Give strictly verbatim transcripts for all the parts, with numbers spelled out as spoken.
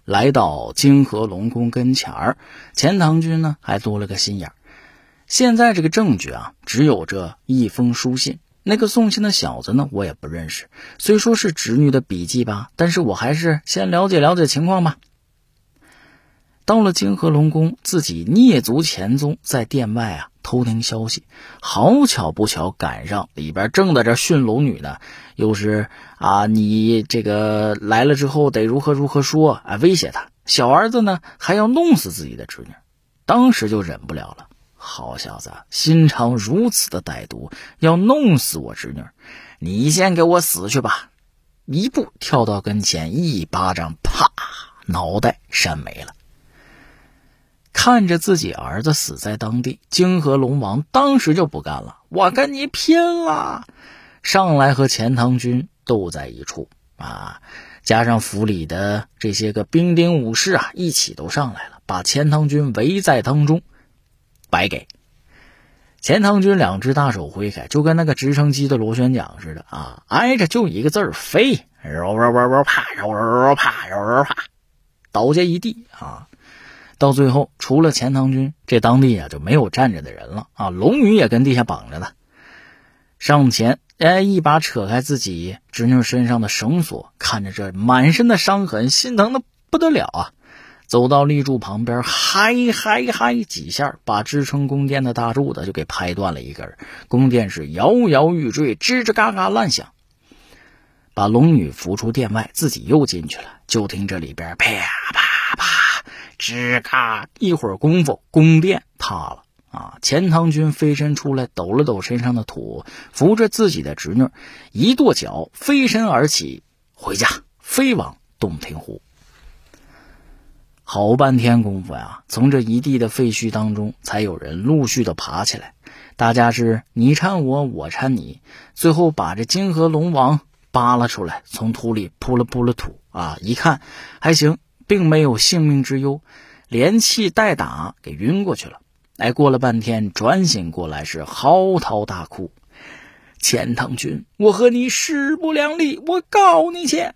来到金河龙宫跟前儿，钱塘君呢还多了个心眼儿。现在这个证据啊，只有这一封书信。那个送信的小子呢，我也不认识。虽说是侄女的笔记吧，但是我还是先了解了解情况吧。到了金河龙宫，自己蹑足潜踪，在殿外啊偷听消息。好巧不巧，赶上里边正在这训龙女呢，又是啊，你这个来了之后得如何如何说啊，威胁他。小儿子呢还要弄死自己的侄女，当时就忍不了了。好小子，心肠如此的歹毒，要弄死我侄女，你先给我死去吧！一步跳到跟前，一巴掌，啪，脑袋扇没了。看着自己儿子死在当地，泾河龙王当时就不干了，我跟你拼了！上来和钱塘君斗在一处啊，加上府里的这些个兵丁武士啊，一起都上来了，把钱塘君围在当中。白给钱塘君两只大手挥开，就跟那个直升机的螺旋桨似的啊，挨着就一个字儿飞，揉揉揉揉啪，揉揉揉啪，揉揉啪，倒下一地啊。到最后除了钱塘君，这当地啊就没有站着的人了啊，龙女也跟地下绑着呢。上前哎，一把扯开自己侄女身上的绳索，看着这满身的伤痕，心疼的不得了啊。走到立柱旁边，嗨嗨嗨几下，把支撑宫殿的大柱子就给拍断了一根，宫殿是摇摇欲坠，吱吱嘎嘎乱响。把龙女扶出殿外，自己又进去了，就听这里边啪啪啪吱嘎，一会儿功夫宫殿塌了啊！钱塘君飞身出来，抖了抖身上的土，扶着自己的侄女，一跺脚飞身而起，回家飞往洞庭湖。好半天功夫呀，从这一地的废墟当中才有人陆续的爬起来，大家是你搀我，我搀你，最后把这金河龙王扒拉出来，从土里扑了扑了土啊，一看还行，并没有性命之忧，连气带打给晕过去了。哎，过了半天转醒过来，是嚎啕大哭，钱塘君，我和你势不两立，我告你去。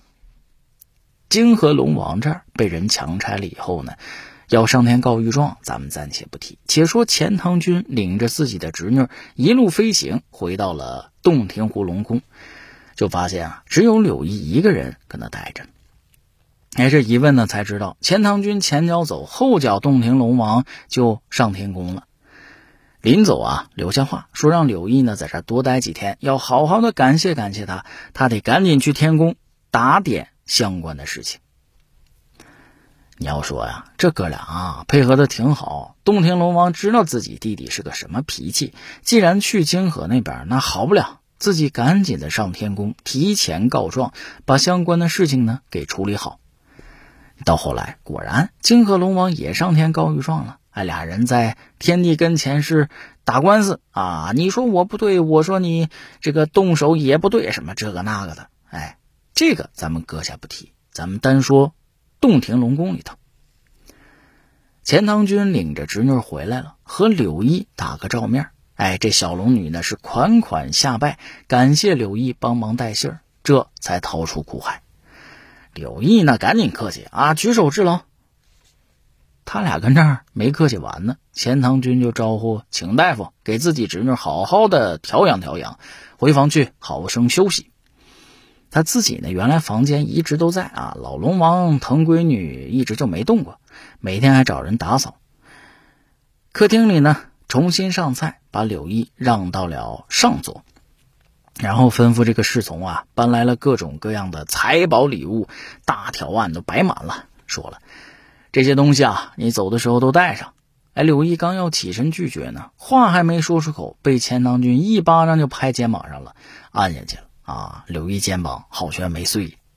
泾河龙王这儿被人强拆了以后呢，要上天告御状，咱们暂且不提。且说钱塘君领着自己的侄女一路飞行，回到了洞庭湖龙宫，就发现啊，只有柳毅一个人跟他待着。哎，这一问呢，才知道钱塘君前脚走，后脚洞庭龙王就上天宫了。临走啊，留下话说让柳毅呢在这儿多待几天，要好好的感谢感谢他，他得赶紧去天宫打点相关的事情。你要说呀，这哥俩啊配合的挺好。洞庭龙王知道自己弟弟是个什么脾气，既然去泾河那边，那好不了，自己赶紧的上天宫提前告状，把相关的事情呢给处理好。到后来果然泾河龙王也上天告御状了，哎，俩人在天帝跟前是打官司啊，你说我不对，我说你这个动手也不对，什么这个那个的。哎，这个咱们搁下不提，咱们单说洞庭龙宫里头。钱塘君领着侄女回来了，和柳毅打个照面。哎，这小龙女呢是款款下拜，感谢柳毅帮忙带信儿，这才逃出苦海。柳毅呢赶紧客气啊，举手之劳。他俩跟这儿没客气完呢，钱塘君就招呼请大夫给自己侄女好好的调养调养，回房去好生休息。他自己呢原来房间一直都在啊，老龙王疼闺女一直就没动过，每天还找人打扫。客厅里呢重新上菜，把柳毅让到了上座，然后吩咐这个侍从啊搬来了各种各样的财宝礼物，大条案都摆满了，说了这些东西啊你走的时候都带上。哎，柳毅刚要起身拒绝呢，话还没说出口，被钱塘君一巴掌就拍肩膀上了，按下去了啊！柳毅肩膀好悬没碎。